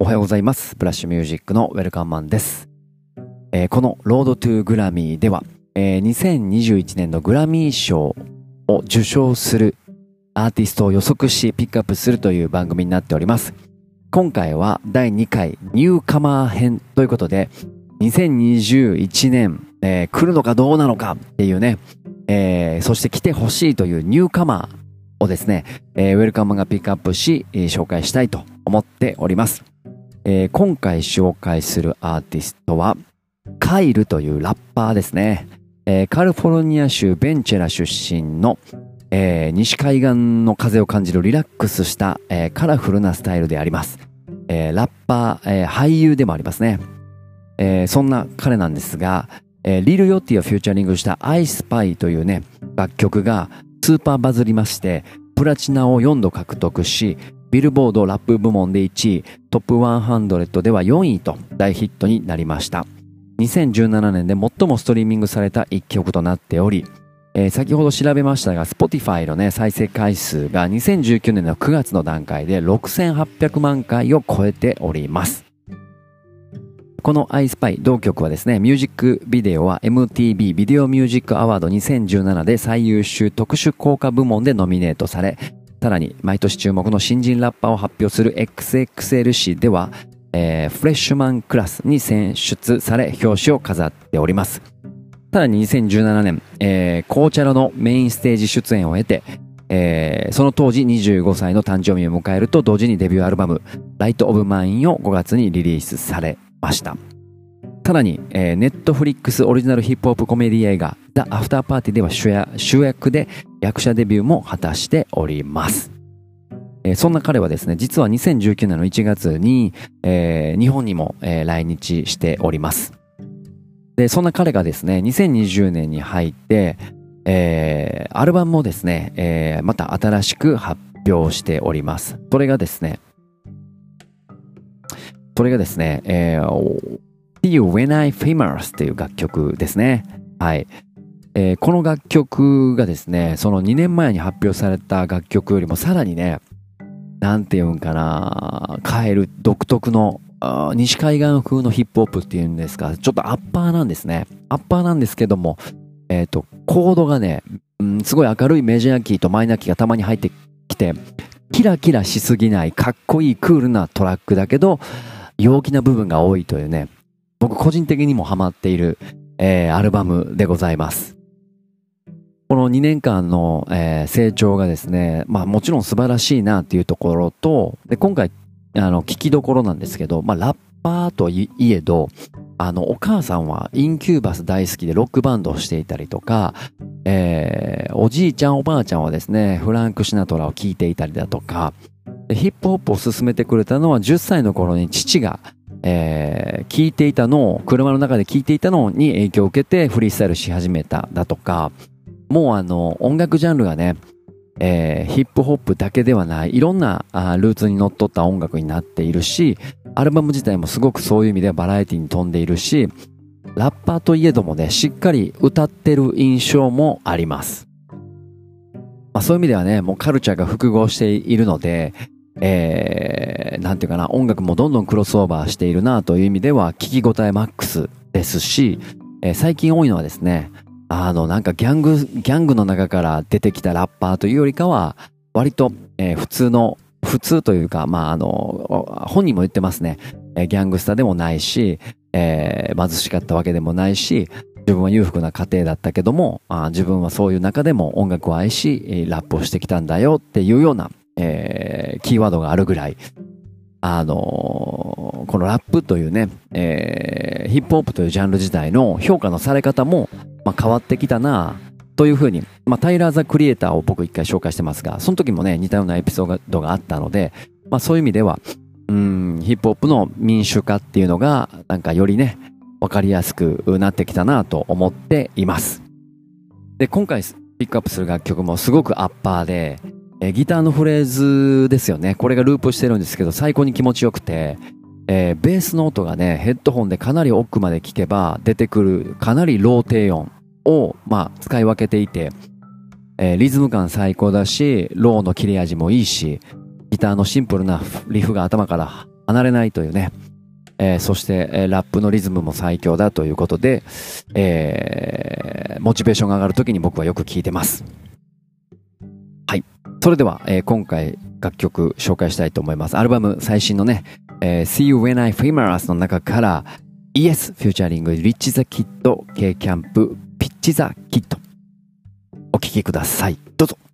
はようございます。ブラッシュミュージックのウェルカムマンです。このロードトゥグラミーでは、2021年のグラミー賞を受賞するアーティストを予測しピックアップするという番組になっております。今回は第2回ニューカマー編ということで、2021年、来るのかどうなのかっていうね、そして来てほしいというニューカマーをですね、ウェルカムマンがピックアップし、紹介したいと思っております。今回紹介するアーティストはカイルというラッパーですね。カリフォルニア州ベンチェラ出身の、西海岸の風を感じるリラックスした、カラフルなスタイルであります。ラッパー、俳優でもありますね。そんな彼なんですが、リル・ヨッティをフューチャリングしたアイスパイというね楽曲がスーパーバズりまして、プラチナを4度獲得し、ビルボードラップ部門で1位、トップ100では4位と大ヒットになりました。2017年で最もストリーミングされた一曲となっており、先ほど調べましたが Spotify のね再生回数が2019年の9月の段階で6800万回を超えております。このアイスパイ同曲はですね、ミュージックビデオは MTV ビデオミュージックアワード2017で最優秀特殊効果部門でノミネートされ、さらに毎年注目の新人ラッパーを発表する XXL 誌では、フレッシュマンクラスに選出され表紙を飾っております。さらに2017年、コーチャラのメインステージ出演を経て、その当時25歳の誕生日を迎えると同時にデビューアルバムライトオブマインを5月にリリースされました。さらに、ネットフリックスオリジナルヒップホップコメディ映画ザ・アフターパーティーでは主役で役者デビューも果たしております。そんな彼はですね、実は2019年の1月に、日本にも、来日しております。で、そんな彼がですね、2020年に入って、アルバムもですね、また新しく発表しております。それがですね、See You When I Famous っていう楽曲ですね。はい。この楽曲がですね、その2年前に発表された楽曲よりもさらにね、なんていうんかな、カエル独特の西海岸風のヒップホップっていうんですか、ちょっとアッパーなんですね。アッパーなんですけども、コードがね、すごい明るいメジャーキーとマイナーキーがたまに入ってきて、キラキラしすぎないかっこいいクールなトラックだけど陽気な部分が多いというね、僕個人的にもハマっている、アルバムでございます。この2年間の、成長がですね、まあもちろん素晴らしいなっていうところと、で今回聞きどころなんですけど、まあラッパーといえど、お母さんはインキューバス大好きでロックバンドをしていたりとか、おじいちゃんおばあちゃんはですね、フランク・シナトラを聴いていたりだとか、ヒップホップを勧めてくれたのは10歳の頃に父が聞いていたのを、車の中で聞いていたのに影響を受けてフリースタイルし始めただとか、もう音楽ジャンルがね、ヒップホップだけではないいろんなルーツにのっとった音楽になっているし、アルバム自体もすごくそういう意味ではバラエティに富んでいるし、ラッパーといえどもね、しっかり歌ってる印象もあります。まあ、そういう意味ではね、もうカルチャーが複合しているので、なんていうかな、音楽もどんどんクロスオーバーしているなという意味では聞き応えマックスですし、最近多いのはですね、なんかギャングの中から出てきたラッパーというよりかは割と、普通というか、まあ本人も言ってますね、ギャングスターでもないし、貧しかったわけでもないし、自分は裕福な家庭だったけども、自分はそういう中でも音楽を愛しラップをしてきたんだよっていうようなキーワードがあるぐらい、このラップというね、ヒップホップというジャンル自体の評価のされ方も、まあ、変わってきたなというふうに、まあ、タイラー・ザ・クリエイターを僕一回紹介してますが、その時もね似たようなエピソードがあったので、まあ、そういう意味ではヒップホップの民主化っていうのがなんかよりね分かりやすくなってきたなと思っています。で、今回ピックアップする楽曲もすごくアッパーで、ギターのフレーズですよね。これがループしてるんですけど、最高に気持ちよくて、ベースの音がね、ヘッドホンでかなり奥まで聞けば出てくるかなりロー低音を、まあ、使い分けていて、リズム感最高だし、ローの切れ味もいいし、ギターのシンプルなリフが頭から離れないというね、そして、ラップのリズムも最強だということで、モチベーションが上がるときに僕はよく聴いてます。はい。それでは、今回楽曲紹介したいと思います。アルバム最新のね、See You When I Famous の中から ES フューチャリングリッチザキッド K キャンプピッチザキッドお聴きください。どうぞ。